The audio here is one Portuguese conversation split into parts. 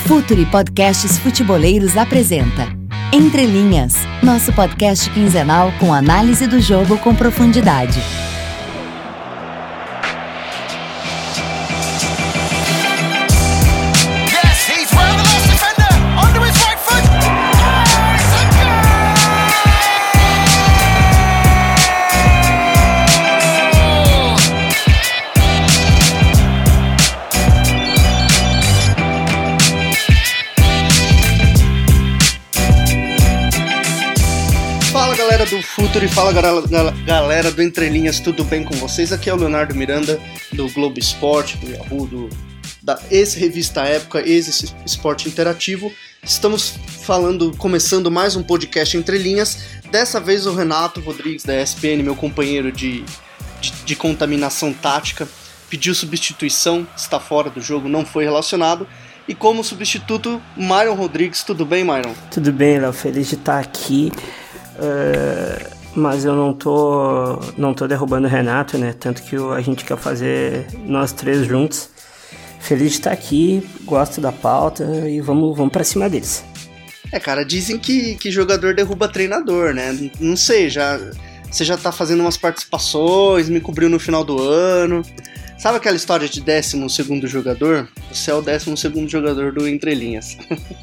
Futuri Podcasts Futeboleiros apresenta Entre Linhas, nosso podcast quinzenal com análise do jogo com profundidade. Do Futuri, fala galera do Entre Linhas, tudo bem com vocês? Aqui é o Leonardo Miranda, do Globo Esporte, do Yahoo, da ex-revista Época, ex-esporte interativo. Estamos começando mais um podcast Entre Linhas. Dessa vez o Renato Rodrigues, da ESPN, meu companheiro de contaminação tática, pediu substituição, está fora do jogo, não foi relacionado. E como substituto, Myron Rodrigues. Tudo bem, Myron? Tudo bem, Léo, feliz de estar aqui. Mas eu não tô derrubando o Renato, né? Tanto que a gente quer fazer nós três juntos. Feliz de estar aqui, gosto da pauta e vamos pra cima deles. Cara, dizem que jogador derruba treinador, né? Não sei, você já tá fazendo umas participações, me cobriu no final do ano. Sabe aquela história de 12º jogador? Você é o 12º jogador do Entre Linhas.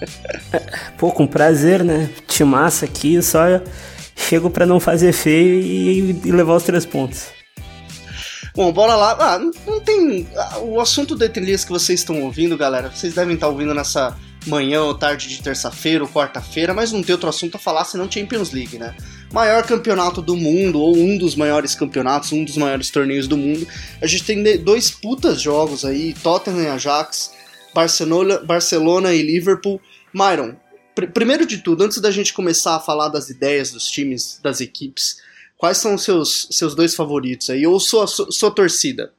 Pô, com prazer, né? Timaça aqui, só chego pra não fazer feio e levar os 3 pontos. Bom, bora lá. Não tem... O assunto do Entre Linhas que vocês estão ouvindo, galera, vocês devem estar ouvindo nessa manhã ou tarde de terça-feira ou quarta-feira, mas não tem outro assunto a falar senão Champions League, né? Maior campeonato do mundo, ou um dos maiores campeonatos, um dos maiores torneios do mundo. A gente tem 2 putas jogos aí, Tottenham e Ajax, Barcelona e Liverpool. Myron, primeiro de tudo, antes da gente começar a falar das ideias dos times, das equipes, quais são os seus 2 favoritos aí, ou sua torcida?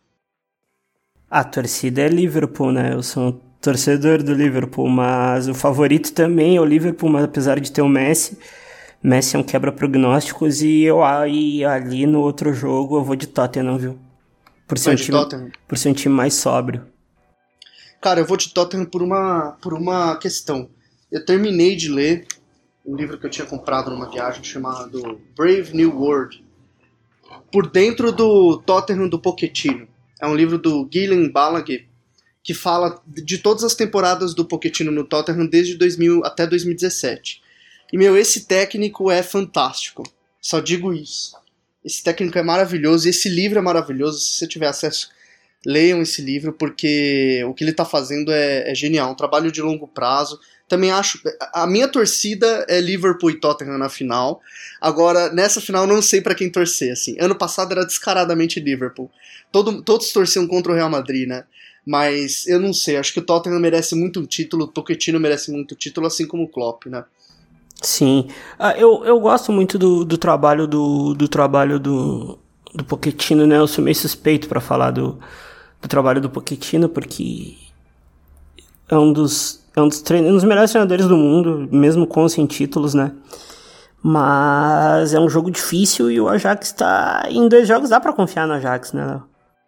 A torcida é Liverpool, né? Eu sou um torcedor do Liverpool, mas o favorito também é o Liverpool, mas apesar de ter o Messi é um quebra-prognósticos e ali no outro jogo eu vou de Tottenham, viu? Por ser um time mais sóbrio. Cara, eu vou de Tottenham por uma questão. Eu terminei de ler um livro que eu tinha comprado numa viagem chamado Brave New World, por dentro do Tottenham do Pochettino. É um livro do Guilherme Balaguer, que fala de todas as temporadas do Pochettino no Tottenham desde 2000 até 2017. E, esse técnico é fantástico. Só digo isso. Esse técnico é maravilhoso e esse livro é maravilhoso. Se você tiver acesso, leiam esse livro, porque o que ele está fazendo é genial. Um trabalho de longo prazo. Também acho... A minha torcida é Liverpool e Tottenham na final. Agora, nessa final, não sei para quem torcer. Assim. Ano passado era descaradamente Liverpool. Todos torciam contra o Real Madrid, né? Mas eu não sei. Acho que o Tottenham merece muito um título. O Pochettino merece muito título, assim como o Klopp, né? Sim, eu gosto muito do trabalho do Pochettino, né? Eu sou meio suspeito para falar do trabalho do Pochettino, porque é um dos melhores treinadores do mundo, mesmo com sem títulos, né? Mas é um jogo difícil e o Ajax em 2 jogos, dá para confiar no Ajax, né?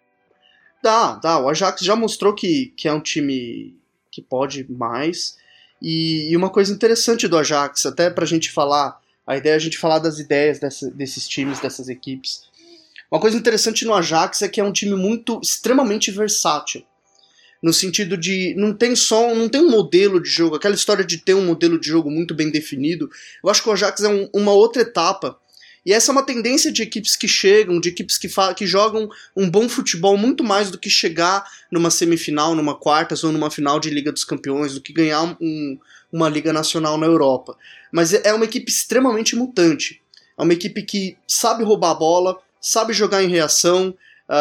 Dá, o Ajax já mostrou que é um time que pode mais. E uma coisa interessante do Ajax, até pra gente falar, a ideia é a gente falar das ideias desses times, dessas equipes. Uma coisa interessante no Ajax é que é um time extremamente versátil. No sentido de não tem um modelo de jogo, aquela história de ter um modelo de jogo muito bem definido. Eu acho que o Ajax é uma outra etapa. E essa é uma tendência de equipes que chegam, de equipes que jogam um bom futebol muito mais do que chegar numa semifinal, numa quartas ou numa final de Liga dos Campeões, do que ganhar uma Liga Nacional na Europa. Mas é uma equipe extremamente mutante. É uma equipe que sabe roubar a bola, sabe jogar em reação,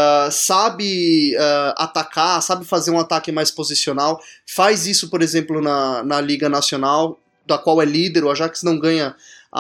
sabe atacar, sabe fazer um ataque mais posicional. Faz isso, por exemplo, na Liga Nacional, da qual é líder. O Ajax não ganha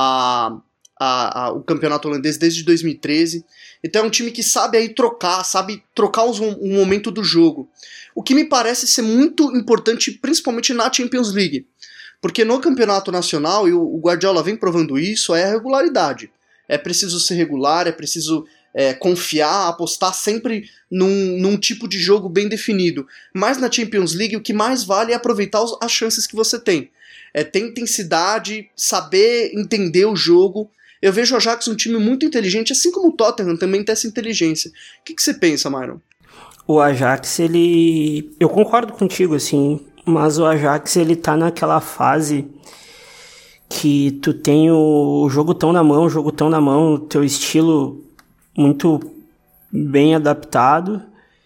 o campeonato holandês desde 2013, então é um time que sabe aí trocar o momento do jogo, o que me parece ser muito importante, principalmente na Champions League, porque no campeonato nacional, e o Guardiola vem provando isso, é a regularidade. É preciso ser regular, é preciso confiar, apostar sempre num tipo de jogo bem definido. Mas na Champions League o que mais vale é aproveitar as chances que você tem. Ter intensidade, saber entender o jogo. Eu vejo o Ajax um time muito inteligente, assim como o Tottenham também tem essa inteligência. O que você pensa, Myron? O Ajax, eu concordo contigo, assim, mas o Ajax, ele tá naquela fase que tu tem o jogo tão na mão, o teu estilo muito bem adaptado,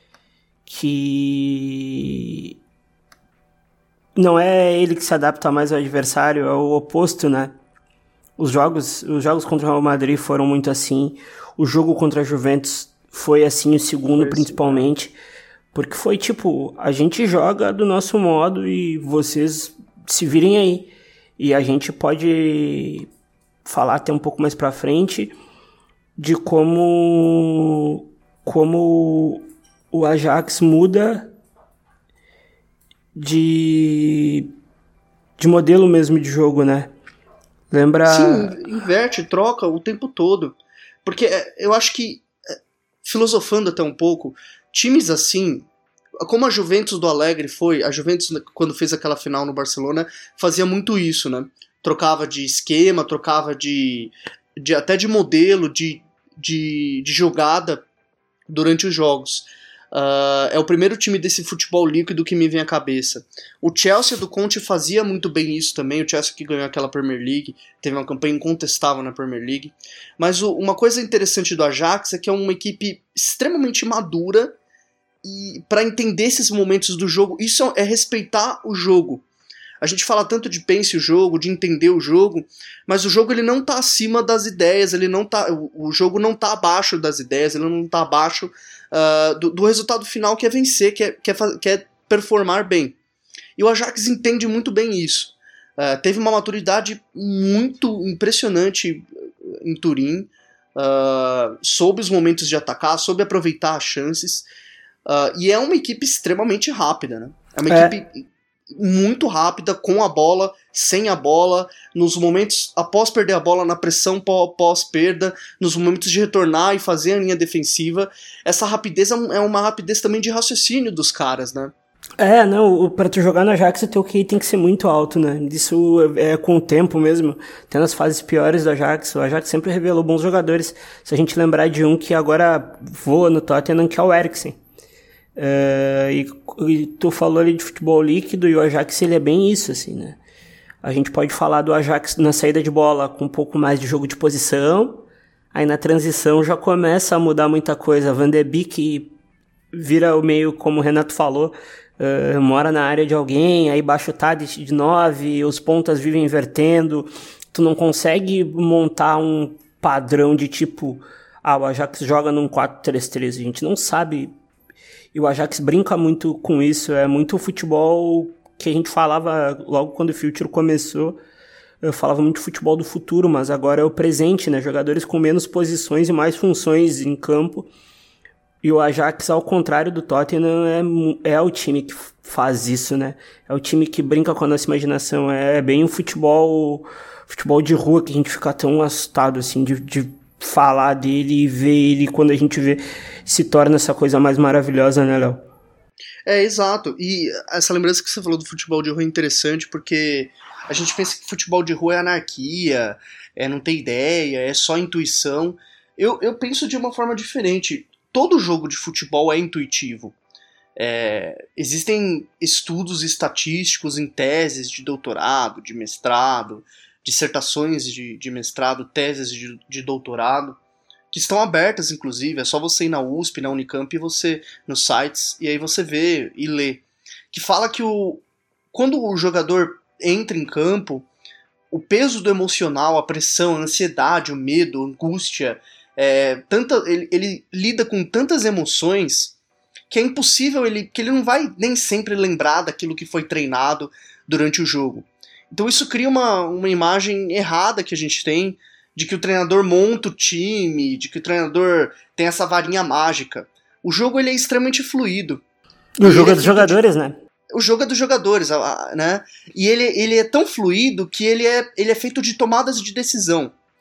que não é ele que se adapta mais ao adversário, é o oposto, né? Os jogos contra o Real Madrid foram muito assim, o jogo contra a Juventus foi assim, o segundo principalmente, porque foi tipo, a gente joga do nosso modo e vocês se virem aí. E a gente pode falar até um pouco mais pra frente de como o Ajax muda de modelo mesmo de jogo, né? Lembra? Sim, inverte, troca o tempo todo. Porque eu acho que, filosofando até um pouco, times assim, como a Juventus do Alegre foi, a Juventus quando fez aquela final no Barcelona, fazia muito isso, né? Trocava de esquema, trocava até de modelo, de jogada durante os jogos. É o primeiro time desse futebol líquido que me vem à cabeça. O Chelsea do Conte fazia muito bem isso também, o Chelsea que ganhou aquela Premier League, teve uma campanha incontestável na Premier League. Mas uma coisa interessante do Ajax é que é uma equipe extremamente madura e para entender esses momentos do jogo, isso é respeitar o jogo. A gente fala tanto de pense o jogo, de entender o jogo, mas o jogo ele não está acima das ideias, o jogo não está abaixo das ideias, ele não está abaixo do resultado final, que é vencer, que é performar bem. E o Ajax entende muito bem isso. Teve uma maturidade muito impressionante em Turim, soube os momentos de atacar, soube aproveitar as chances, e é uma equipe extremamente rápida, né? É uma equipe muito rápida, com a bola, sem a bola, nos momentos após perder a bola, na pressão pós-perda, nos momentos de retornar e fazer a linha defensiva. Essa rapidez é uma rapidez também de raciocínio dos caras, né? Pra tu jogar no Ajax, o teu QI tem que ser muito alto, né? Isso é com o tempo mesmo. Até nas fases piores do Ajax, o Ajax sempre revelou bons jogadores. Se a gente lembrar de um que agora voa no Tottenham, que é o Eriksen. E tu falou ali de futebol líquido, e o Ajax ele é bem isso, assim, né? A gente pode falar do Ajax na saída de bola com um pouco mais de jogo de posição, aí na transição já começa a mudar muita coisa. Van de Beek vira o meio, como o Renato falou, mora na área de alguém, aí baixa o Tadic de 9, os pontas vivem invertendo, tu não consegue montar um padrão de tipo, o Ajax joga num 4-3-3, a gente não sabe. E o Ajax brinca muito com isso, é muito futebol que a gente falava logo quando o Future começou, eu falava muito futebol do futuro, mas agora é o presente, né? Jogadores com menos posições e mais funções em campo. E o Ajax, ao contrário do Tottenham, é o time que faz isso, né? É o time que brinca com a nossa imaginação, é bem um futebol de rua que a gente fica tão assustado, assim, de falar dele e ver ele quando a gente vê, se torna essa coisa mais maravilhosa, né, Léo? Exato. E essa lembrança que você falou do futebol de rua é interessante porque a gente pensa que futebol de rua é anarquia, não tem ideia, é só intuição. Eu penso de uma forma diferente. Todo jogo de futebol é intuitivo. Existem estudos estatísticos em teses de doutorado, de mestrado, dissertações de mestrado, teses de doutorado, que estão abertas, inclusive, é só você ir na USP, na Unicamp, nos sites, e aí você vê e lê, que fala que quando o jogador entra em campo, o peso do emocional, a pressão, a ansiedade, o medo, a angústia, ele lida com tantas emoções que é impossível, que ele não vai nem sempre lembrar daquilo que foi treinado durante o jogo. Então isso cria uma imagem errada que a gente tem de que o treinador monta o time, de que o treinador tem essa varinha mágica. O jogo ele é extremamente fluido. O jogo é dos jogadores, né? O jogo é dos jogadores, né? E ele é tão fluido que ele é feito de tomadas de decisão.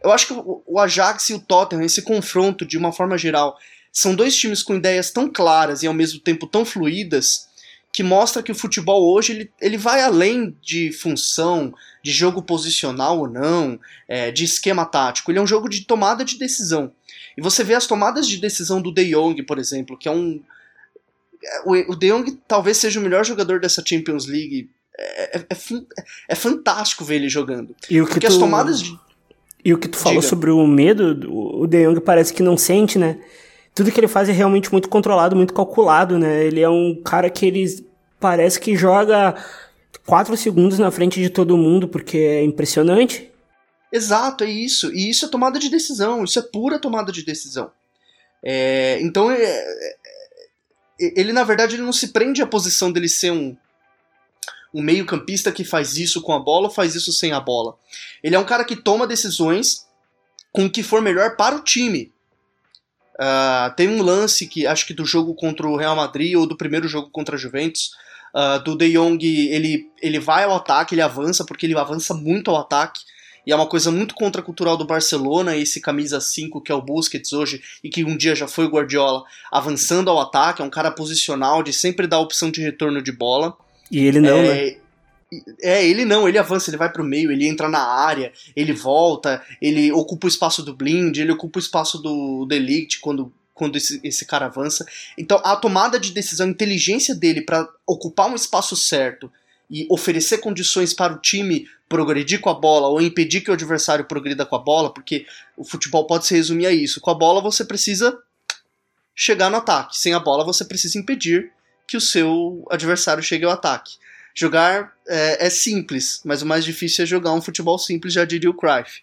eu acho que o Ajax e o Tottenham, esse confronto de uma forma geral, são dois times com ideias tão claras e ao mesmo tempo tão fluídas, que mostra que o futebol hoje ele vai além de função, de jogo posicional ou não, de esquema tático. Ele é um jogo de tomada de decisão. E você vê as tomadas de decisão do De Jong, por exemplo, que é um... O De Jong talvez seja o melhor jogador dessa Champions League. É fantástico ver ele jogando. Porque as tomadas de... E o que tu falou sobre o medo, o De Jong parece que não sente, né? Tudo que ele faz é realmente muito controlado, muito calculado, né? Ele é um cara que ele parece que joga 4 segundos na frente de todo mundo, porque é impressionante. Exato, é isso. E isso é tomada de decisão, isso é pura tomada de decisão. Então, ele na verdade ele não se prende à posição dele ser um meio-campista que faz isso com a bola ou faz isso sem a bola. Ele é um cara que toma decisões com o que for melhor para o time. Tem um lance que acho que do jogo contra o Real Madrid ou do primeiro jogo contra a Juventus, do De Jong, ele vai ao ataque, ele avança porque ele avança muito ao ataque, e é uma coisa muito contracultural do Barcelona, esse camisa 5 que é o Busquets hoje e que um dia já foi o Guardiola, avançando ao ataque, é um cara posicional de sempre dar opção de retorno de bola. E ele não, né? Ele avança, ele vai pro meio, ele entra na área, ele volta, ele ocupa o espaço do Blind, ele ocupa o espaço do De Ligt quando esse cara avança. Então a tomada de decisão, a inteligência dele para ocupar um espaço certo e oferecer condições para o time progredir com a bola ou impedir que o adversário progrida com a bola, porque o futebol pode se resumir a isso. Com a bola você precisa chegar no ataque, sem a bola você precisa impedir que o seu adversário chegue ao ataque. Jogar é simples, mas o mais difícil é jogar um futebol simples, já diria o Cruyff.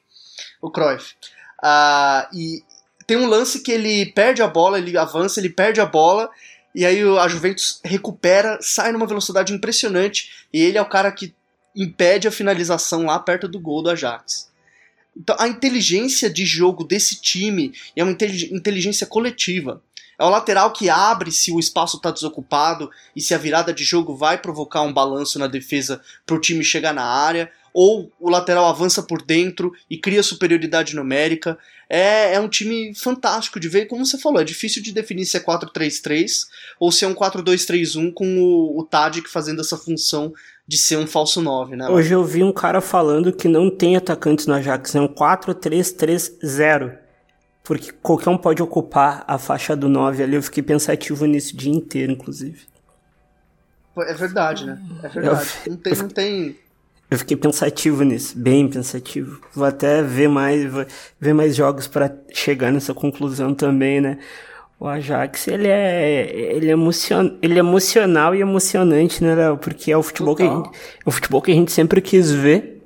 E tem um lance que ele perde a bola, ele avança, ele perde a bola, e aí a Juventus recupera, sai numa velocidade impressionante, e ele é o cara que impede a finalização lá perto do gol do Ajax. Então a inteligência de jogo desse time é uma inteligência coletiva. É o lateral que abre se o espaço está desocupado e se a virada de jogo vai provocar um balanço na defesa para o time chegar na área, ou o lateral avança por dentro e cria superioridade numérica. É um time fantástico de ver, como você falou, é difícil de definir se é 4-3-3 ou se é um 4-2-3-1 com o Tadic fazendo essa função de ser um falso 9, né? Hoje eu vi um cara falando que não tem atacantes no Ajax, é um 4-3-3-0. Porque qualquer um pode ocupar a faixa do 9 ali. Eu fiquei pensativo nisso o dia inteiro, inclusive. É verdade, né? É verdade. Não tem... Eu fiquei pensativo nisso, bem pensativo. Vou até ver mais jogos pra chegar nessa conclusão também, né? O Ajax, ele é emocional e emocionante, né, Léo? Porque é o futebol que a gente sempre quis ver.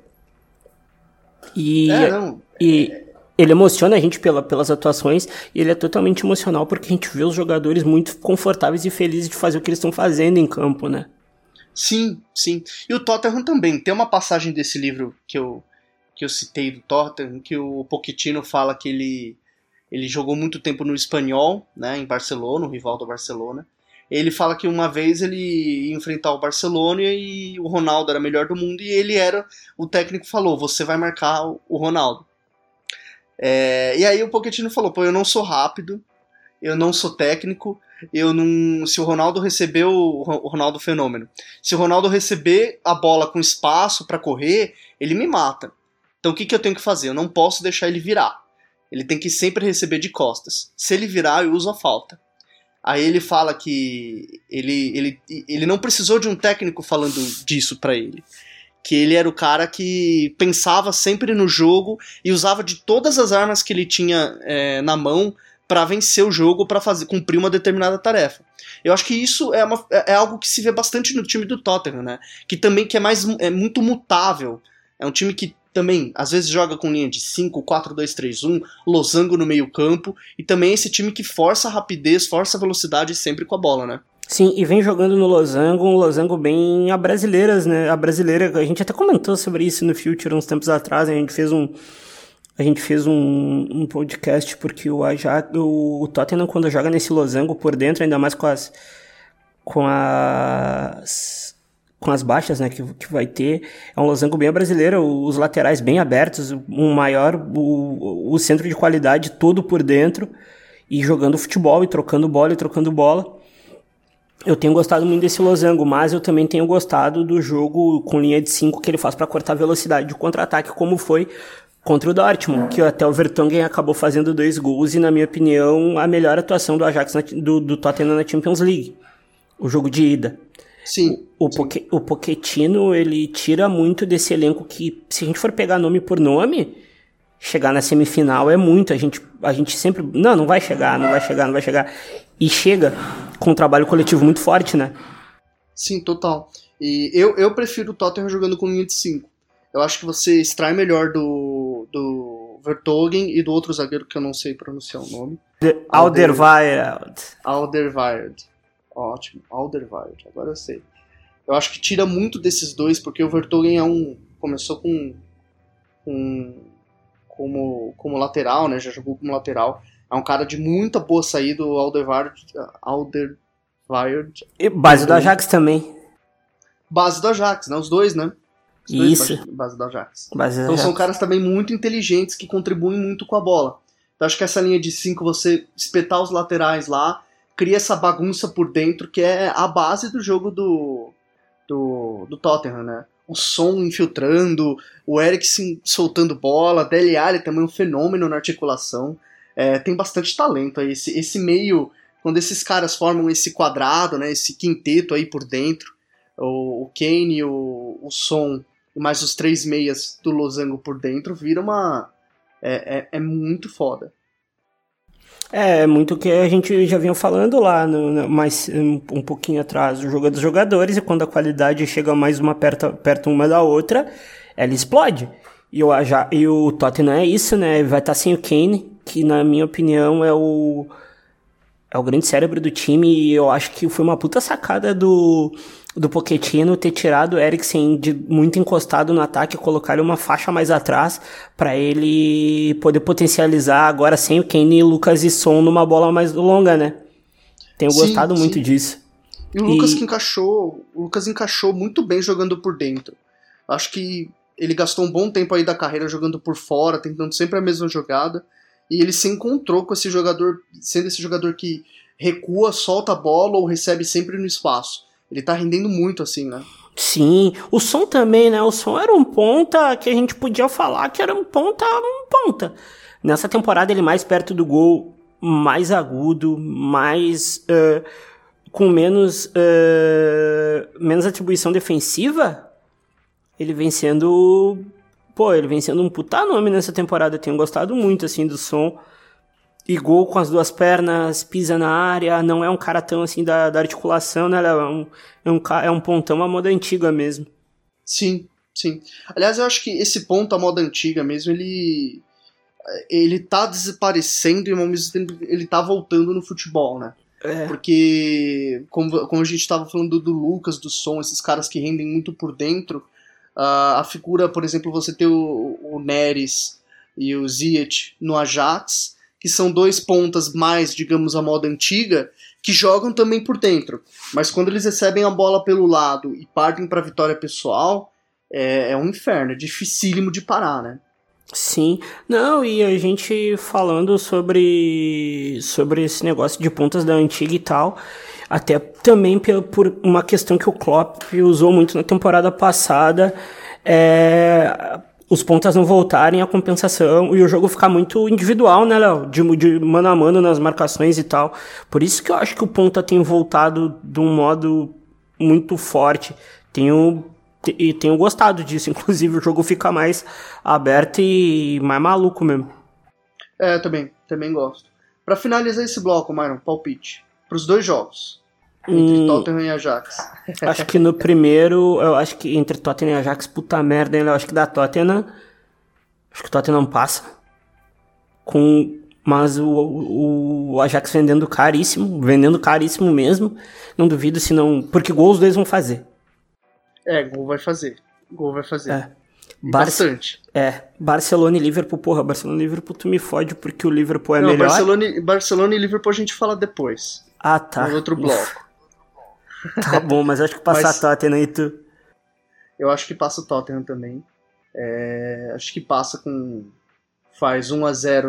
Ele emociona a gente pelas atuações, e ele é totalmente emocional porque a gente vê os jogadores muito confortáveis e felizes de fazer o que eles estão fazendo em campo, né? Sim, sim. E o Tottenham também. Tem uma passagem desse livro que eu citei do Tottenham, que o Pochettino fala que ele jogou muito tempo no Espanhol, né, em Barcelona, o rival do Barcelona. Ele fala que uma vez ele ia enfrentar o Barcelona e o Ronaldo era melhor do mundo, e o técnico falou, você vai marcar o Ronaldo. E aí o Pochettino falou, eu não sou rápido, eu não sou técnico, se o Ronaldo receber o Ronaldo fenômeno, se o Ronaldo receber a bola com espaço para correr, ele me mata. Então o que eu tenho que fazer? Eu não posso deixar ele virar. Ele tem que sempre receber de costas. Se ele virar, eu uso a falta. Aí ele fala que ele não precisou de um técnico falando disso para ele. Que ele era o cara que pensava sempre no jogo e usava de todas as armas que ele tinha na mão para vencer o jogo, para cumprir uma determinada tarefa. Eu acho que isso é algo que se vê bastante no time do Tottenham, né? Que também é muito mutável. É um time que também, às vezes, joga com linha de 5, 4-2-3-1, losango no meio campo, e também esse time que força a rapidez, força a velocidade sempre com a bola, né? Sim, e vem jogando no losango, um losango bem a brasileiras, né? A brasileira, a gente até comentou sobre isso no Future uns tempos atrás, a gente fez um podcast porque o Tottenham, quando joga nesse losango por dentro, ainda mais com com as baixas, né, que vai ter. É um losango bem brasileiro, os laterais bem abertos, o centro de qualidade todo por dentro, e jogando futebol, e trocando bola. Eu tenho gostado muito desse losango, mas eu também tenho gostado do jogo com linha de 5 que ele faz para cortar a velocidade de contra-ataque, como foi contra o Dortmund, que até o Vertonghen acabou fazendo 2 gols e, na minha opinião, a melhor atuação do Ajax do Tottenham na Champions League. O jogo de ida. Sim. O Pochettino, ele tira muito desse elenco que, se a gente for pegar nome por nome, chegar na semifinal é muito. A gente sempre... Não vai chegar. E chega com um trabalho coletivo muito forte, né? Sim, total. E eu prefiro o Tottenham jogando com linha de 5. Eu acho que você extrai melhor do Vertonghen e do outro zagueiro que eu não sei pronunciar o nome. Alderweireld. Ótimo, Alderweireld, agora eu sei. Eu acho que tira muito desses dois, porque o Vertonghen começou como lateral, né? Já jogou como lateral. É um cara de muita boa saída, o Alderweireld. E base do Ajax também. Base do Ajax, né? Os dois, né? Isso. Base do Ajax. Então são caras também muito inteligentes que contribuem muito com a bola. Então acho que essa linha de 5, você espetar os laterais lá, cria essa bagunça por dentro, que é a base do jogo do Tottenham, né? O Son infiltrando, o Eriksen soltando bola, Dele Alli também um fenômeno na articulação. Tem bastante talento aí. Esse meio, quando esses caras formam esse quadrado, né? Esse quinteto aí por dentro, o Kane, o Son e mais os 3 meias do losango por dentro, vira uma... É muito foda. É muito o que a gente já vinha falando lá, mais um pouquinho atrás, o jogo dos jogadores, e quando a qualidade chega mais uma perto uma da outra, ela explode. E o Tottenham é isso, né? Vai estar sem o Kane, que na minha opinião é o grande cérebro do time, e eu acho que foi uma puta sacada do Pochettino ter tirado o Eriksen muito encostado no ataque e colocar ele uma faixa mais atrás para ele poder potencializar agora sem o Kane, Lucas e Son numa bola mais longa, né? Tenho gostado muito disso. E o Lucas encaixou muito bem jogando por dentro. Acho que ele gastou um bom tempo aí da carreira jogando por fora, tentando sempre a mesma jogada, e ele se encontrou com esse jogador, sendo esse jogador que recua, solta a bola ou recebe sempre no espaço. Ele tá rendendo muito assim, né? Sim, o Son também, né? O Son era um ponta que a gente podia falar que era um ponta. Nessa temporada ele mais perto do gol, mais agudo, mais com menos atribuição defensiva. Ele vem sendo um puta nome nessa temporada. Eu tenho gostado muito assim do Son. E gol com as 2 pernas, pisa na área, não é um cara tão assim da articulação, né? É um pontão à moda antiga mesmo. Sim. Aliás, eu acho que esse ponto à moda antiga mesmo, ele tá desaparecendo e ao mesmo tempo ele tá voltando no futebol, né? Porque, como a gente tava falando do Lucas, do Son, esses caras que rendem muito por dentro, a figura, por exemplo, você ter o Neres e o Ziyech no Ajax, que são 2 pontas mais, digamos, a moda antiga, que jogam também por dentro. Mas quando eles recebem a bola pelo lado e partem para a vitória pessoal, é um inferno, é dificílimo de parar, né? Sim. Não, e a gente falando sobre esse negócio de pontas da antiga e tal, até também por uma questão que o Klopp usou muito na temporada passada, os pontas não voltarem à compensação e o jogo ficar muito individual, né, Léo? De mano a mano nas marcações e tal. Por isso que eu acho que o ponta tem voltado de um modo muito forte. Tenho gostado disso. Inclusive, o jogo fica mais aberto e mais maluco mesmo. Também gosto. Pra finalizar esse bloco, Myron, palpite. Pros 2 jogos. Entre Tottenham e Ajax. Acho que no primeiro, eu acho que entre Tottenham e Ajax, puta merda, hein? Eu acho que da Tottenham. Acho que o Tottenham passa. Mas o Ajax vendendo caríssimo mesmo. Não duvido se não. Porque gol os dois vão fazer. Gol vai fazer. Bastante. Barcelona e Liverpool, Barcelona e Liverpool tu me fode porque o Liverpool melhor. Barcelona e Liverpool a gente fala depois. Ah, tá. No outro bloco. Tá bom, mas acho que passar a Tottenham aí tu... Eu acho que passa o Tottenham também. Acho que passa faz 1-0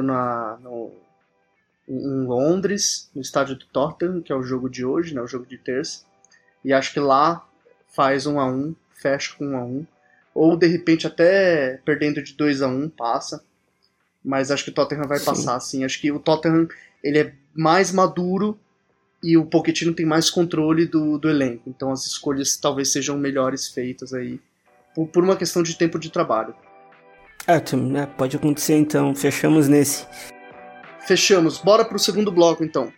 em Londres, no estádio do Tottenham, que é o jogo de hoje, né, o jogo de terça. E acho que lá faz 1-1, fecha com 1-1. Ou de repente até perdendo de 2-1 passa. Mas acho que o Tottenham vai passar, sim. Acho que o Tottenham ele é mais maduro e o Pochettino tem mais controle do elenco. Então as escolhas talvez sejam melhores feitas aí por uma questão de tempo de trabalho. Pode acontecer então. Fechamos nesse. Fechamos. Bora pro segundo bloco então.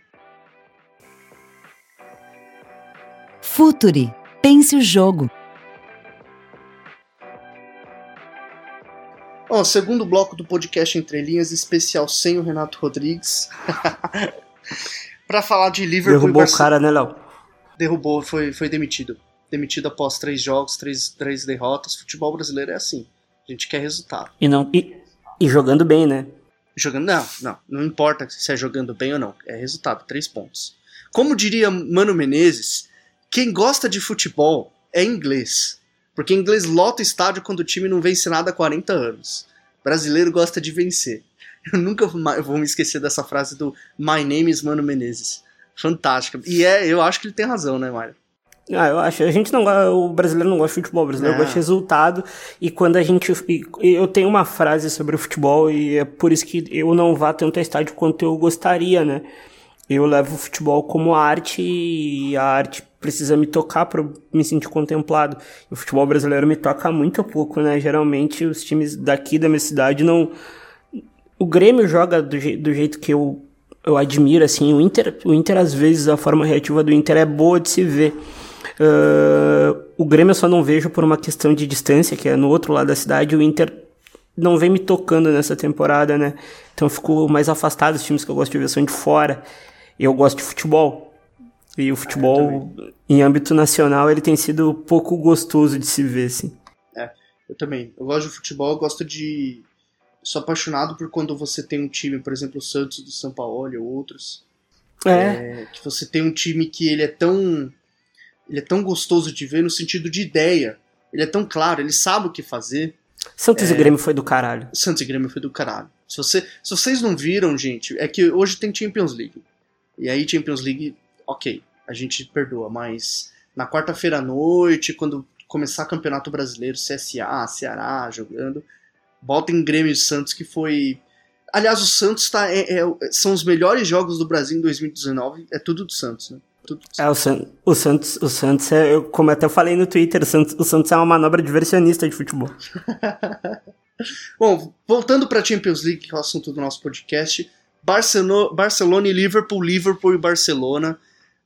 Futuri. Pense o jogo. Segundo bloco do podcast Entre Linhas, especial sem o Renato Rodrigues. Pra falar de Liverpool. Derrubou o cara, né, Léo? Derrubou, foi demitido. Demitido após 3 jogos, 3 derrotas. Futebol brasileiro é assim. A gente quer resultado. E jogando bem, né? Não importa se é jogando bem ou não. É resultado, 3 pontos. Como diria Mano Menezes, quem gosta de futebol é inglês. Porque inglês lota o estádio quando o time não vence nada há 40 anos. Brasileiro gosta de vencer. Eu nunca vou me esquecer dessa frase do My name is Mano Menezes. Fantástica. E eu acho que ele tem razão, né, Mário? Eu acho. O brasileiro não gosta de futebol, o brasileiro gosta de resultado. E quando eu tenho uma frase sobre o futebol e é por isso que eu não vá tanto a estádio quanto eu gostaria, né? Eu levo o futebol como arte e a arte precisa me tocar para me sentir contemplado. O futebol brasileiro me toca muito pouco, né? Geralmente os times daqui da minha cidade não... O Grêmio joga do jeito que eu admiro, assim. O Inter, às vezes, a forma reativa do Inter é boa de se ver. O Grêmio eu só não vejo por uma questão de distância, que é no outro lado da cidade. O Inter não vem me tocando nessa temporada, né? Então eu fico mais afastado. Os times que eu gosto de ver são de fora. Eu gosto de futebol. E o futebol, em âmbito nacional, ele tem sido pouco gostoso de se ver, assim. Eu também. Eu gosto de futebol, eu gosto de... Sou apaixonado por quando você tem um time, por exemplo, o Santos do São Paulo ou outros. Que você tem um time que ele é tão gostoso de ver no sentido de ideia. Ele é tão claro, ele sabe o que fazer. Santos e Grêmio foi do caralho. Santos e Grêmio foi do caralho. Se vocês não viram, gente, é que hoje tem Champions League. E aí Champions League, ok, a gente perdoa, mas na quarta-feira à noite, quando começar Campeonato Brasileiro, CSA, Ceará jogando, botem Grêmio e Santos, que foi... Aliás, o Santos são os melhores jogos do Brasil em 2019, é tudo do Santos, né? Tudo do Santos. O Santos como eu até falei no Twitter, o Santos é uma manobra diversionista de futebol. Bom, voltando para a Champions League, que é o assunto do nosso podcast, Barcelona e Liverpool e Barcelona.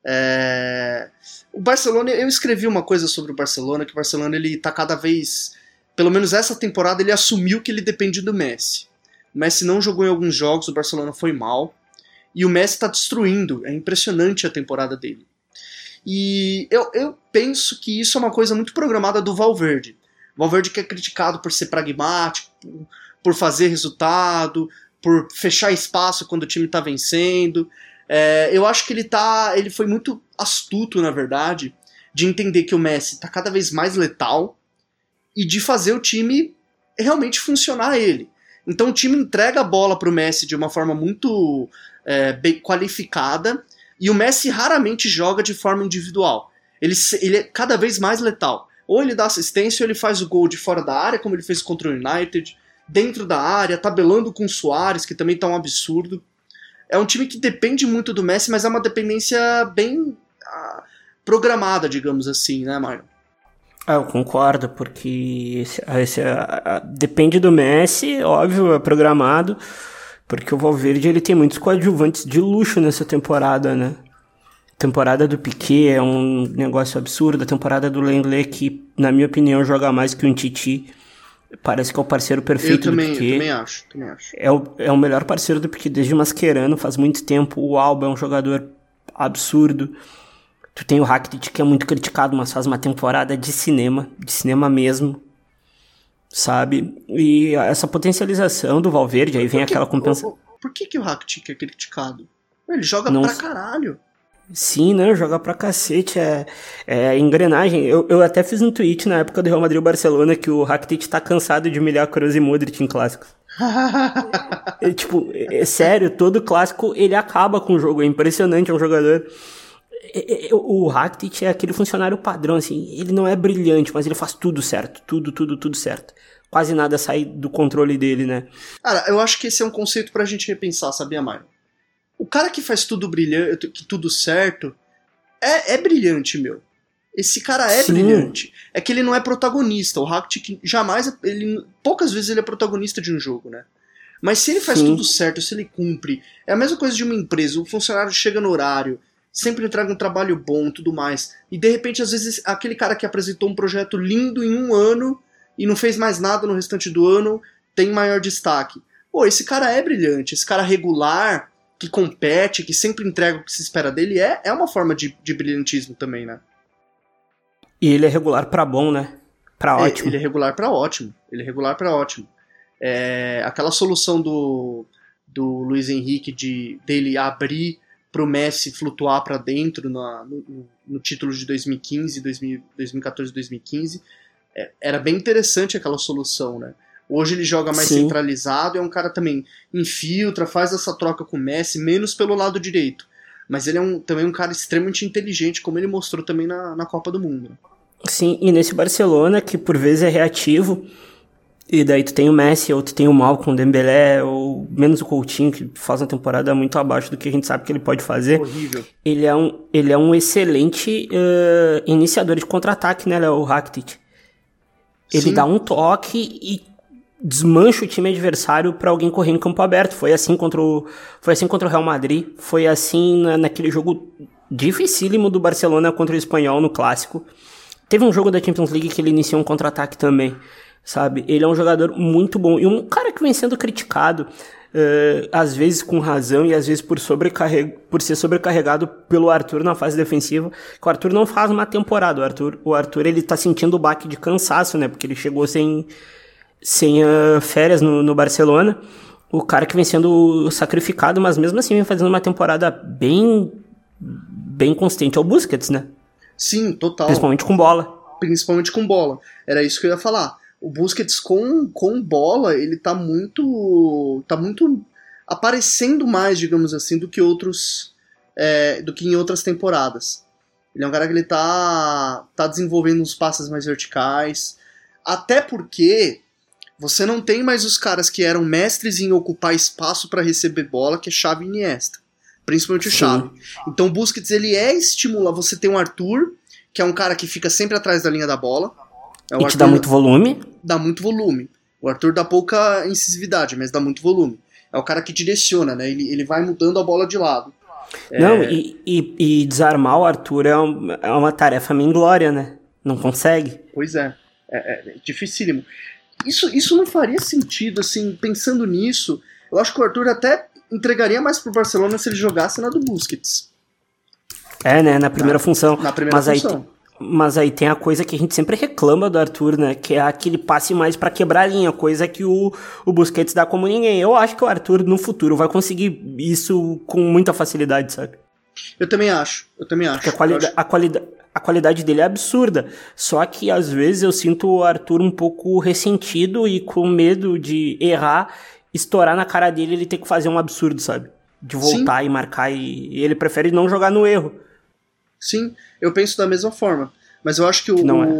O Barcelona, eu escrevi uma coisa sobre o Barcelona, que o Barcelona ele tá cada vez, pelo menos essa temporada, ele assumiu que ele depende do Messi. O Messi não jogou em alguns jogos, o Barcelona foi mal, e o Messi tá destruindo, é impressionante a temporada dele. E eu penso que isso é uma coisa muito programada do Valverde. O Valverde que é criticado por ser pragmático, por fazer resultado, por fechar espaço quando o time tá vencendo. Eu acho que ele foi muito astuto, na verdade, de entender que o Messi tá cada vez mais letal e de fazer o time realmente funcionar ele. Então o time entrega a bola pro Messi de uma forma muito bem qualificada e o Messi raramente joga de forma individual. Ele é cada vez mais letal. Ou ele dá assistência ou ele faz o gol de fora da área, como ele fez contra o United, dentro da área, tabelando com o Suárez, que também tá um absurdo. É um time que depende muito do Messi, mas é uma dependência bem programada, digamos assim, né, Mário? Eu concordo, porque depende do Messi, óbvio, é programado, porque o Valverde ele tem muitos coadjuvantes de luxo nessa temporada, né? A temporada do Piqué é um negócio absurdo, a temporada do Lenglet, que, na minha opinião, joga mais que o Titi. Parece que é o parceiro perfeito do Piqué. Eu também acho. É o melhor parceiro do Piqué desde Mascherano, faz muito tempo. O Alba é um jogador absurdo. Tu tem o Rakitic, que é muito criticado, mas faz uma temporada de cinema mesmo, sabe? E essa potencialização do Valverde, aí vem aquela compensação. Por que o Rakitic é criticado? Ele joga pra caralho. Sim, né? Joga pra cacete, é engrenagem. Eu até fiz um tweet na época do Real Madrid e Barcelona que o Rakitic tá cansado de humilhar Kroos e Modric em clássicos. É sério, todo clássico ele acaba com o jogo, é impressionante, é um jogador... O Rakitic é aquele funcionário padrão, assim, ele não é brilhante, mas ele faz tudo certo, tudo certo. Quase nada sai do controle dele, né? Cara, eu acho que esse é um conceito pra gente repensar, sabia, Mário? O cara que faz tudo brilhante, tudo certo, é brilhante, meu. Esse cara é Sim. brilhante. É que ele não é protagonista. O Rakitic jamais... poucas vezes ele é protagonista de um jogo, né? Mas se ele faz Sim. tudo certo, se ele cumpre... É a mesma coisa de uma empresa. O funcionário chega no horário, sempre entrega um trabalho bom, tudo mais. E de repente, às vezes, aquele cara que apresentou um projeto lindo em um ano e não fez mais nada no restante do ano, tem maior destaque. Pô, esse cara é brilhante. Esse cara regular, que compete, que sempre entrega o que se espera dele, é uma forma de brilhantismo também, né? E ele é regular pra bom, né? Pra ótimo. Ele é regular pra ótimo. Aquela solução do Luiz Henrique dele abrir pro Messi flutuar pra dentro no título de 2014 e 2015, era bem interessante aquela solução, né? Hoje ele joga mais Sim. centralizado, é um cara também infiltra, faz essa troca com o Messi, menos pelo lado direito. Mas ele é também um cara extremamente inteligente, como ele mostrou também na Copa do Mundo. Sim, e nesse Barcelona, que por vezes é reativo, e daí tu tem o Messi, ou tu tem o Malcom, o Dembélé, ou menos o Coutinho, que faz uma temporada muito abaixo do que a gente sabe que ele pode fazer. Horrível. Ele é um excelente iniciador de contra-ataque, né, o Rakitic. Ele Sim. dá um toque e desmancha o time adversário pra alguém correr em campo aberto. Foi assim contra o Real Madrid, foi assim naquele jogo dificílimo do Barcelona contra o Espanhol no Clássico. Teve um jogo da Champions League que ele iniciou um contra-ataque também, sabe? Ele é um jogador muito bom e um cara que vem sendo criticado, às vezes com razão e às vezes por ser sobrecarregado pelo Arthur na fase defensiva, que o Arthur não faz uma temporada. O Arthur ele tá sentindo o baque de cansaço, né? Porque ele chegou sem férias no Barcelona. O cara que vem sendo sacrificado, mas mesmo assim vem fazendo uma temporada bem consistente. É o Busquets, né? Sim, total. Principalmente com bola. Era isso que eu ia falar. O Busquets com bola, ele tá muito aparecendo mais, digamos assim, do que em outras temporadas. Ele é um cara que ele tá desenvolvendo uns passes mais verticais, até porque você não tem mais os caras que eram mestres em ocupar espaço para receber bola, que é Xavi e Iniesta. Principalmente o Xavi. Então o Busquets, ele estimula. Você tem um Arthur, que é um cara que fica sempre atrás da linha da bola. E te dá muito volume. Dá muito volume. O Arthur dá pouca incisividade, mas dá muito volume. É o cara que direciona, né? Ele vai mudando a bola de lado. Não, e desarmar o Arthur é uma tarefa meio inglória, né? Não consegue. Pois é. É dificílimo. Isso não faria sentido, assim, pensando nisso. Eu acho que o Arthur até entregaria mais pro Barcelona se ele jogasse na do Busquets. Né? Na primeira função. Na primeira função. Mas aí tem a coisa que a gente sempre reclama do Arthur, né? Que é aquele passe mais pra quebrar a linha, coisa que o Busquets dá como ninguém. Eu acho que o Arthur, no futuro, vai conseguir isso com muita facilidade, sabe? Eu também acho. Porque a qualidade dele é absurda. Só que, às vezes, eu sinto o Arthur um pouco ressentido e com medo de errar, estourar na cara dele, ele ter que fazer um absurdo, sabe? De voltar e marcar, e ele prefere não jogar no erro. Sim, eu penso da mesma forma. Mas eu acho que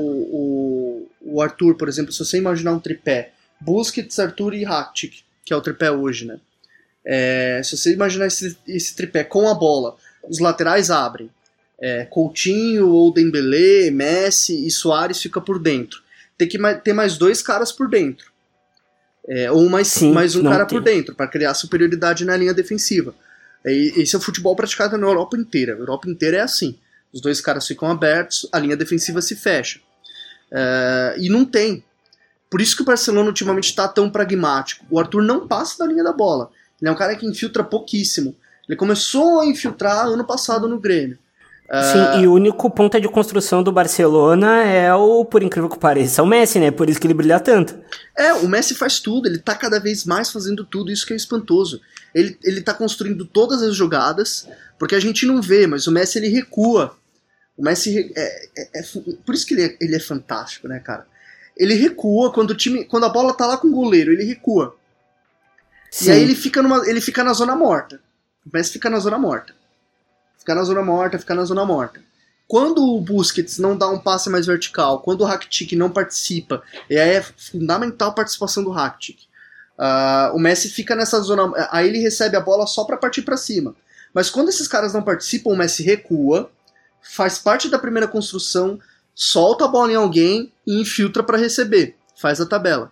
o Arthur, por exemplo, se você imaginar um tripé, Busquets, Arthur e Rakitic, que é o tripé hoje, né? Se você imaginar esse tripé com a bola, os laterais abrem. Coutinho ou Dembélé, Messi e Suárez fica por dentro. Tem que ter mais dois caras por dentro. Ou mais um cara por dentro, para criar superioridade na linha defensiva. Esse é o futebol praticado na Europa inteira. A Europa inteira é assim. Os dois caras ficam abertos, a linha defensiva se fecha. E não tem. Por isso que o Barcelona ultimamente está tão pragmático. O Arthur não passa da linha da bola. Ele é um cara que infiltra pouquíssimo. Ele começou a infiltrar ano passado no Grêmio. Sim, e o único ponto de construção do Barcelona é por incrível que pareça, o Messi, né? Por isso que ele brilha tanto. O Messi faz tudo, ele tá cada vez mais fazendo tudo, isso que é espantoso. Ele tá construindo todas as jogadas, porque a gente não vê, mas o Messi ele recua. O Messi por isso que ele é fantástico, né, cara? Ele recua quando a bola tá lá com o goleiro, ele recua. Sim. E aí ele fica na zona morta. O Messi fica na zona morta. Fica na zona morta. Quando o Busquets não dá um passe mais vertical, quando o Rakitic não participa, e aí é fundamental a participação do Rakitic, o Messi fica nessa zona, aí ele recebe a bola só para partir para cima. Mas quando esses caras não participam, o Messi recua, faz parte da primeira construção, solta a bola em alguém e infiltra para receber, faz a tabela.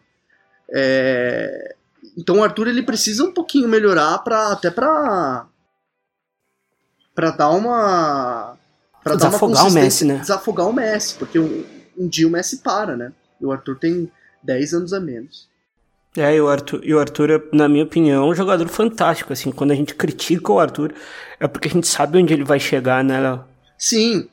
Então o Arthur ele precisa um pouquinho melhorar até para dar uma... Pra desafogar o Messi, né? Desafogar o Messi, porque um dia o Messi para, né? E o Arthur tem 10 anos a menos. E o Arthur, na minha opinião, é um jogador fantástico, assim, quando a gente critica o Arthur, é porque a gente sabe onde ele vai chegar, né, Léo? Sim.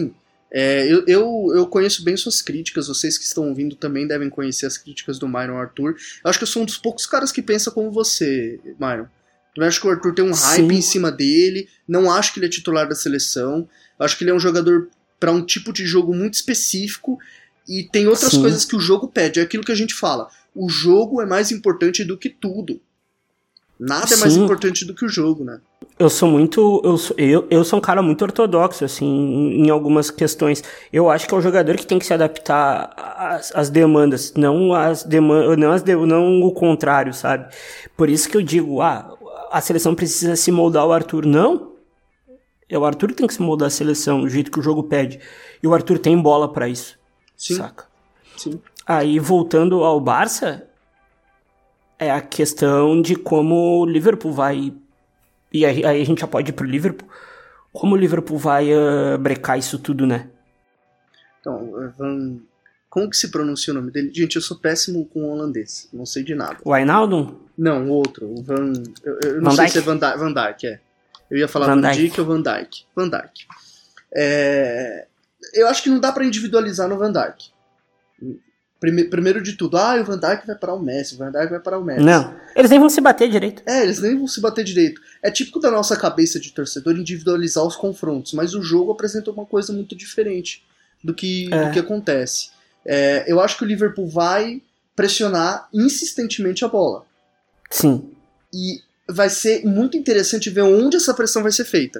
Eu conheço bem suas críticas, vocês que estão ouvindo também devem conhecer as críticas do Myron Arthur. Eu acho que eu sou um dos poucos caras que pensa como você, Myron. Eu acho que o Arthur tem um hype em cima dele, não acho que ele é titular da seleção, eu acho que ele é um jogador para um tipo de jogo muito específico e tem outras coisas que o jogo pede, é aquilo que a gente fala, o jogo é mais importante do que tudo. Nada é mais importante do que o jogo, né? Eu sou um cara muito ortodoxo, assim, em algumas questões. Eu acho que é um jogador que tem que se adaptar às demandas, não o contrário, sabe? Por isso que eu digo, a seleção precisa se moldar ao Arthur. Não, é o Arthur que tem que se moldar a seleção, do jeito que o jogo pede. E o Arthur tem bola pra isso, saca? Sim. Aí, voltando ao Barça, é a questão de como o Liverpool vai... E aí a gente já pode ir pro Liverpool. Como o Liverpool vai brecar isso tudo, né? Então, como que se pronuncia o nome dele? Gente, eu sou péssimo com holandês. Não sei de nada. O Wijnaldum? Não, o outro. Eu não sei se é Van Dijk, é. Eu ia falar Van Dijk ou Van Dijk. Van Dijk. Eu acho que não dá pra individualizar no Van Dijk. Primeiro de tudo, o Van Dijk vai parar o Messi, Não, eles nem vão se bater direito. Eles nem vão se bater direito. É típico da nossa cabeça de torcedor individualizar os confrontos, mas o jogo apresenta uma coisa muito diferente do que acontece. Eu acho que o Liverpool vai pressionar insistentemente a bola. Sim. E vai ser muito interessante ver onde essa pressão vai ser feita.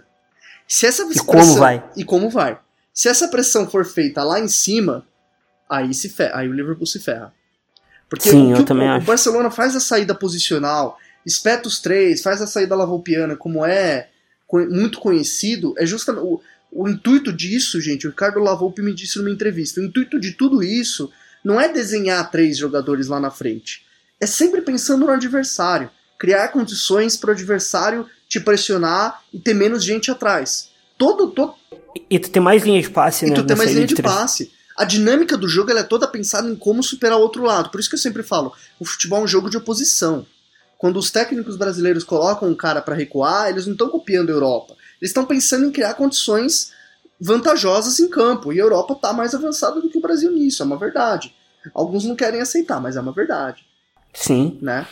E como vai. Se essa pressão for feita lá em cima, aí o Liverpool se ferra. Porque o Barcelona faz a saída posicional, espeta os três, faz a saída lavoupiana, como é muito conhecido, é justamente o intuito disso, gente, o Ricardo Lavoupe me disse numa entrevista, o intuito de tudo isso não é desenhar 3 jogadores lá na frente, é sempre pensando no adversário, criar condições para o adversário te pressionar e ter menos gente atrás. E tu tem mais linha de passe, né? E tu tem mais linha de passe. A dinâmica do jogo ela é toda pensada em como superar o outro lado. Por isso que eu sempre falo, o futebol é um jogo de oposição. Quando os técnicos brasileiros colocam um cara para recuar, eles não estão copiando a Europa. Eles estão pensando em criar condições vantajosas em campo. E a Europa está mais avançada do que o Brasil nisso, é uma verdade. Alguns não querem aceitar, mas é uma verdade. Sim. Né?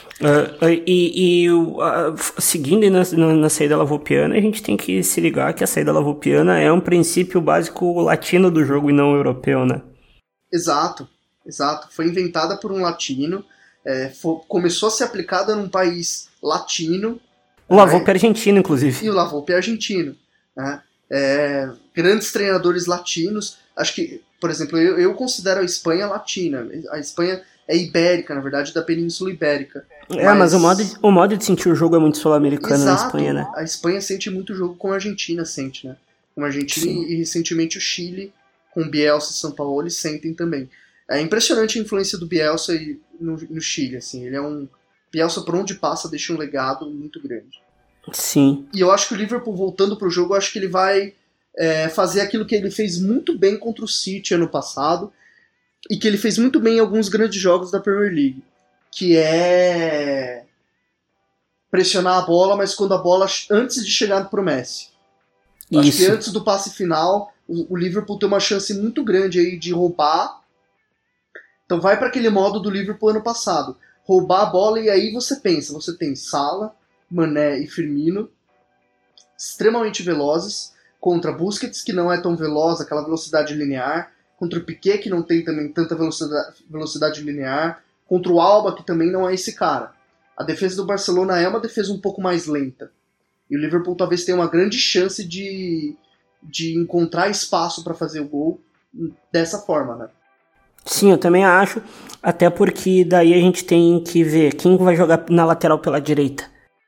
Seguindo na saída lavoupiana, a gente tem que se ligar que a saída lavoupiana é um princípio básico latino do jogo e não europeu, né? Exato. Foi inventada por um latino, começou a ser aplicada num país latino. O Lavoupe é argentino, inclusive. E o Lavoupe é argentino. Né? Grandes treinadores latinos. Acho que, por exemplo, eu considero a Espanha latina. A Espanha é ibérica, na verdade, da Península Ibérica. Mas o modo de sentir o jogo é muito sul-americano na Espanha, né? A Espanha sente muito o jogo como a Argentina sente, né? Como a Argentina e recentemente o Chile, com Bielsa e Sampaoli, sentem também. É impressionante a influência do Bielsa no Chile, assim. Ele é um... Bielsa, por onde passa, deixa um legado muito grande. Sim. E eu acho que o Liverpool, voltando pro jogo, eu acho que ele vai fazer aquilo que ele fez muito bem contra o City ano passado, e que ele fez muito bem em alguns grandes jogos da Premier League, que é pressionar a bola, mas quando a bola antes de chegar pro Messi. Acho que antes do passe final, o Liverpool tem uma chance muito grande aí de roubar. Então vai para aquele modo do Liverpool ano passado. Roubar a bola e aí você pensa, você tem Salah, Mané e Firmino, extremamente velozes, contra Busquets, que não é tão veloz, aquela velocidade linear, contra o Piqué, que não tem também tanta velocidade linear, contra o Alba, que também não é esse cara. A defesa do Barcelona é uma defesa um pouco mais lenta. E o Liverpool talvez tenha uma grande chance de encontrar espaço para fazer o gol dessa forma, né? Sim, eu também acho, até porque daí a gente tem que ver quem vai jogar na lateral pela direita.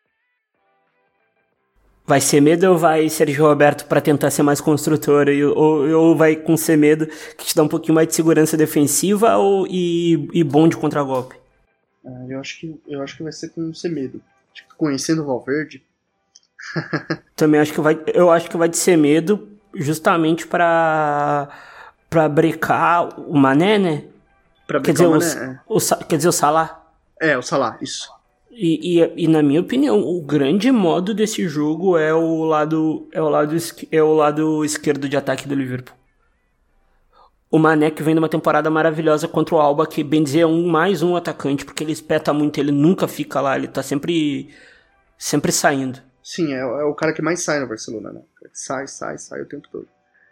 Vai Semedo ou vai Sérgio Roberto para tentar ser mais construtor? Ou vai com Semedo, que te dá um pouquinho mais de segurança defensiva e bom de contragolpe? Eu acho que vai ser com Semedo. Conhecendo o Valverde. Também acho que vai de Semedo justamente para brecar o Mané, né? Quer dizer, o Salah. O Salah, isso. E na minha opinião, o grande modo desse jogo é o lado esquerdo de ataque do Liverpool. O Mané, que vem numa temporada maravilhosa contra o Alba, que bem dizer é mais um atacante, porque ele espeta muito, ele nunca fica lá, ele tá sempre saindo. Sim, é o cara que mais sai no Barcelona, né? Sai o tempo todo.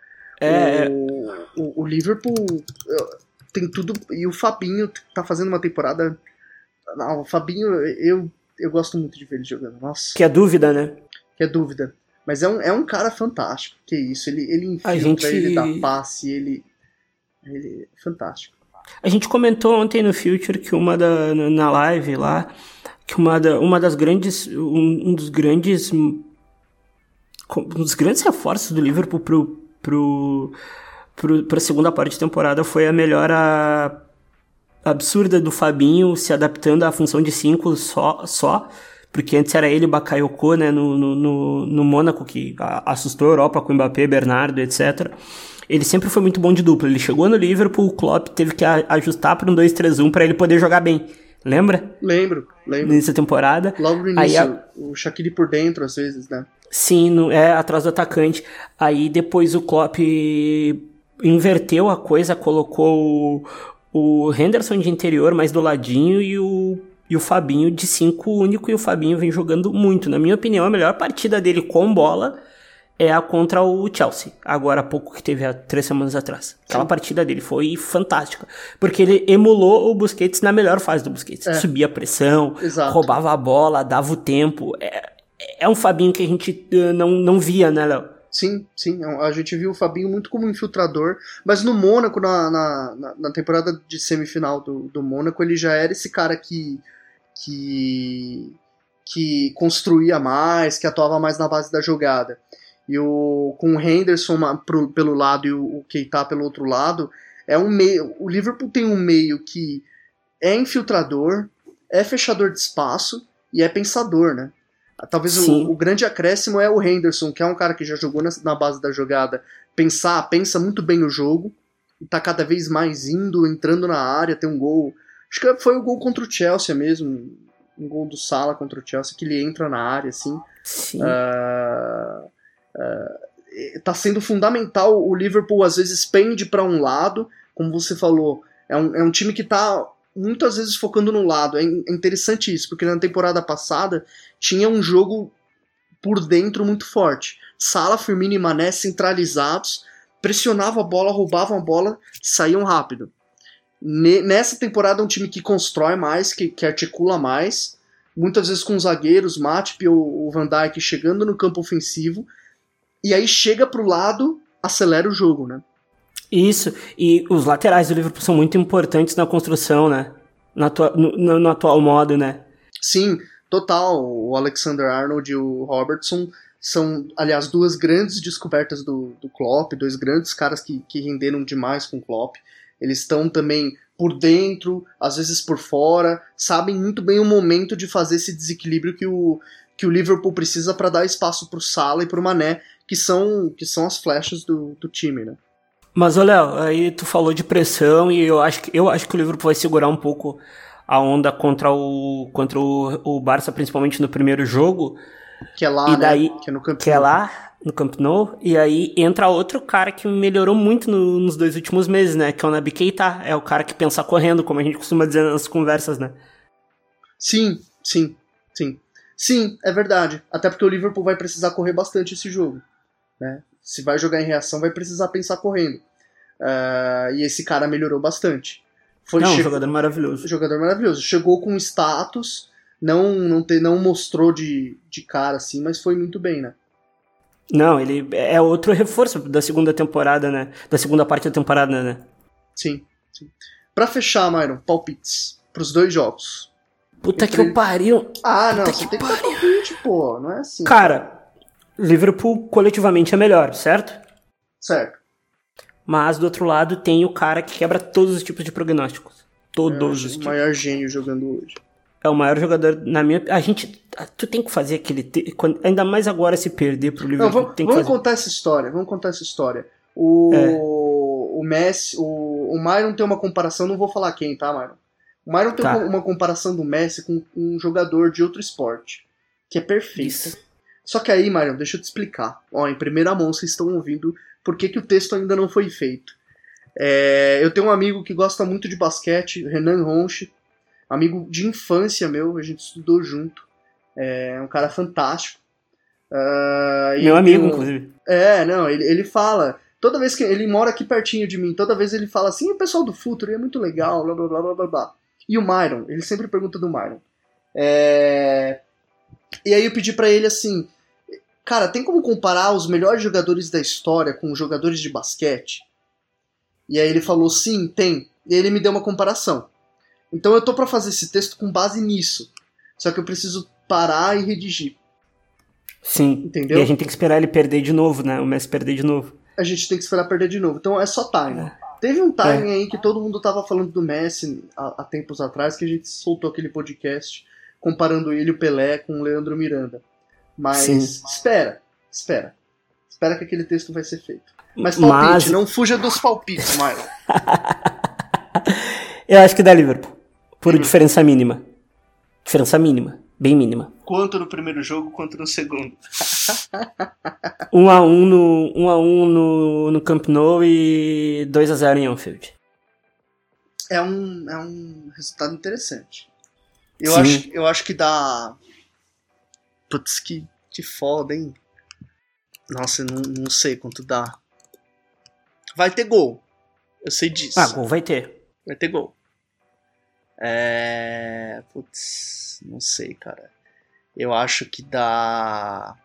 O Liverpool tem tudo, e o Fabinho tá fazendo uma temporada... Não, o Fabinho, eu gosto muito de ver ele jogando. Nossa. Que é dúvida, né? Que é dúvida. Mas é um cara fantástico. Que isso, ele infiltra, ele dá passe, ele é fantástico. A gente comentou ontem no Future que na live lá, que uma das grandes, um dos grandes reforços do Liverpool pra segunda parte de temporada foi a melhora absurda do Fabinho se adaptando à função de 5 só, porque antes era ele e Bakayoko, né, no Mônaco, que assustou a Europa com Mbappé, Bernardo, etc. Ele sempre foi muito bom de dupla. Ele chegou no Liverpool, o Klopp teve que ajustar para um 2-3-1 para ele poder jogar bem. Lembra? Lembro. Nessa temporada. Logo no início, o Shaqiri por dentro, às vezes, né? Sim, atrás do atacante. Aí depois o Klopp inverteu a coisa, colocou o Henderson de interior mais do ladinho e o Fabinho de 5 único, e o Fabinho vem jogando muito. Na minha opinião, a melhor partida dele com bola é a contra o Chelsea, agora há pouco, que teve há 3 semanas atrás. Aquela partida dele foi fantástica, porque ele emulou o Busquets na melhor fase do Busquets. Subia a pressão, roubava a bola, dava o tempo. É um Fabinho que a gente não via, né, Léo? Sim, a gente viu o Fabinho muito como infiltrador, mas no Mônaco, na temporada de semifinal do Mônaco, ele já era esse cara que construía mais, que atuava mais na base da jogada. E com o Henderson pelo lado e o Keita pelo outro lado, o Liverpool tem um meio que é infiltrador, é fechador de espaço e é pensador, né? Talvez o grande acréscimo é o Henderson, que é um cara que já jogou na base da jogada, pensa muito bem o jogo, e tá cada vez mais entrando na área, tem um gol, acho que foi o gol contra o Chelsea mesmo, um gol do Salah contra o Chelsea, que ele entra na área, assim. Sim. Tá sendo fundamental. O Liverpool às vezes pende para um lado, como você falou, é um time que tá muitas vezes focando no lado. É interessante isso, porque na temporada passada tinha um jogo por dentro muito forte. Salah, Firmino e Mané centralizados, pressionavam a bola, roubavam a bola, saíam rápido. Nessa temporada é um time que constrói mais, que articula mais, muitas vezes com os zagueiros, Matip ou Van Dijk chegando no campo ofensivo, e aí chega pro lado, acelera o jogo, né? Isso, e os laterais do Liverpool são muito importantes na construção, né? No atual modo, né? Sim, total. O Alexander-Arnold e o Robertson são, aliás, 2 grandes descobertas do Klopp, 2 grandes caras que renderam demais com o Klopp. Eles estão também por dentro, às vezes por fora, sabem muito bem o momento de fazer esse desequilíbrio que o Liverpool precisa para dar espaço pro Salah e pro Mané, que são as flechas do time, né? Mas, Léo, aí tu falou de pressão e eu acho que o Liverpool vai segurar um pouco a onda contra o Barça, principalmente no primeiro jogo. Que é lá, e daí, né? Que é no Camp Nou. Que é lá, no Camp Nou, e aí entra outro cara que melhorou muito nos 2 últimos meses, né, que é o Naby Keita, é o cara que pensa correndo, como a gente costuma dizer nas conversas, né. Sim, é verdade, até porque o Liverpool vai precisar correr bastante esse jogo, né, se vai jogar em reação vai precisar pensar correndo, e esse cara melhorou bastante. Um jogador maravilhoso. Chegou com status, não mostrou de cara assim, mas foi muito bem, né? Não, ele é outro reforço da segunda temporada, né? Da segunda parte da temporada, né? Sim. Pra fechar, Myron, palpites pros 2 jogos. Puta que eu pariu. Não, você tem que dar palpite, pô, não é assim. Cara, Liverpool coletivamente é melhor, certo? Certo. Mas do outro lado tem o cara que quebra todos os tipos de prognósticos. Todos os tipos. O maior gênio jogando hoje. É o maior jogador, na minha... Tu tem que fazer aquele... Ainda mais agora se perder pro Liverpool. Vamos contar essa história. O Messi... O Myron tem uma comparação... Não vou falar quem, tá, Myron? O Myron tem uma comparação do Messi com um jogador de outro esporte. Que é perfeito. Isso. Só que aí, Myron, deixa eu te explicar. Em primeira mão vocês estão ouvindo por que o texto ainda não foi feito. Eu tenho um amigo que gosta muito de basquete, Renan Ronchi. Amigo de infância meu, a gente estudou junto. É um cara fantástico. Meu amigo, inclusive. Ele fala... Toda vez que ele mora aqui pertinho de mim, toda vez ele fala assim, o pessoal do Futuro é muito legal, blá blá blá blá blá blá. E o Myron, ele sempre pergunta do Myron. E aí eu pedi pra ele assim, cara, tem como comparar os melhores jogadores da história com os jogadores de basquete? E aí ele falou, sim, tem. E aí ele me deu uma comparação. Então eu tô pra fazer esse texto com base nisso. Só que eu preciso parar e redigir. Sim. Entendeu? E a gente tem que esperar ele perder de novo, né? O Messi perder de novo. A gente tem que esperar perder de novo. Então é só timing. Teve um timing aí que todo mundo tava falando do Messi há tempos atrás, que a gente soltou aquele podcast comparando ele e o Pelé com o Leandro Miranda. Mas sim. Espera que aquele texto vai ser feito. Mas palpite, não fuja dos palpites, Myron. Eu acho que dá Liverpool. Por diferença mínima. Diferença mínima. Bem mínima. Quanto no primeiro jogo, quanto no segundo. 1-1 no Camp Nou e 2-0 em Anfield. É um resultado interessante. Eu acho que dá... Putz, que foda, hein? Nossa, eu não sei quanto dá. Vai ter gol. Eu sei disso. Gol vai ter. Vai ter gol. Putz, não sei, cara. Eu acho que dá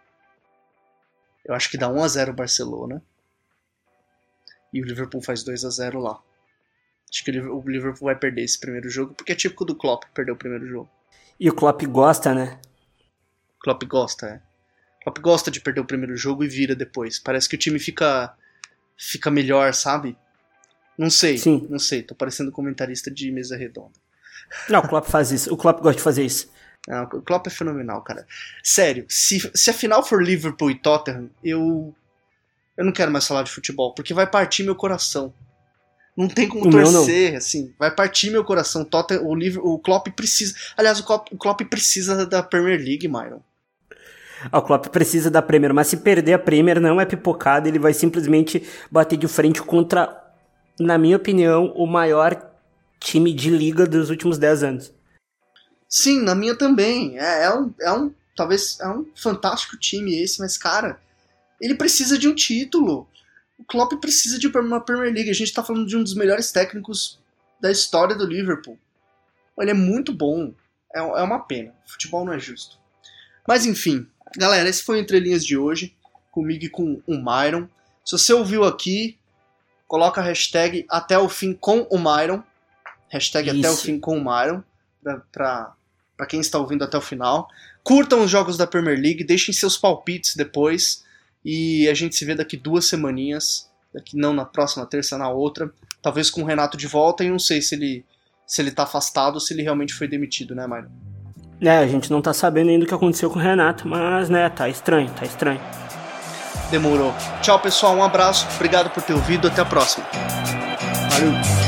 1-0 Barcelona. E o Liverpool faz 2-0 lá. Acho que o Liverpool vai perder esse primeiro jogo, porque é típico do Klopp perder o primeiro jogo. E o Klopp gosta, né? Klopp gosta de perder o primeiro jogo e vira depois. Parece que o time fica melhor, sabe? Não sei. Tô parecendo comentarista de mesa redonda. Não, o Klopp faz isso. O Klopp gosta de fazer isso. Não, o Klopp é fenomenal, cara. Sério, se a final for Liverpool e Tottenham, eu não quero mais falar de futebol, porque vai partir meu coração. Não tem como torcer, assim. Vai partir meu coração. O Klopp precisa... Aliás, o Klopp precisa da Premier League, Myron. O Klopp precisa da Premier, mas se perder a Premier não é pipocada, ele vai simplesmente bater de frente contra, na minha opinião, o maior time de liga dos últimos 10 anos. Sim, na minha também. Talvez é um fantástico time esse, mas, cara, ele precisa de um título. O Klopp precisa de uma Premier League. A gente tá falando de um dos melhores técnicos da história do Liverpool. Ele é muito bom. É uma pena. O futebol não é justo. Mas, enfim, galera, esse foi o Entre Linhas de hoje, comigo e com o Myron. Se você ouviu aqui, coloca a hashtag até o fim com o Myron. Hashtag até o fim com o Myron, pra quem está ouvindo até o final. Curtam os jogos da Premier League, deixem seus palpites depois, e a gente se vê daqui 2 semaninhas, não na próxima terça, na outra, talvez com o Renato de volta, e não sei se ele tá afastado ou se ele realmente foi demitido, né, Myron? A gente não tá sabendo ainda o que aconteceu com o Renato, mas, né, tá estranho. Demorou. Tchau, pessoal, um abraço, obrigado por ter ouvido, até a próxima. Valeu!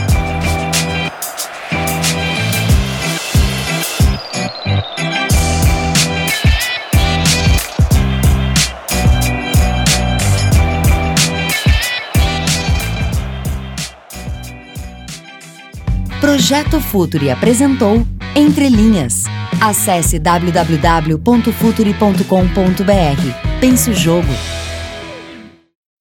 Projeto Futuri apresentou Entre Linhas. Acesse www.futuri.com.br. Pense o jogo.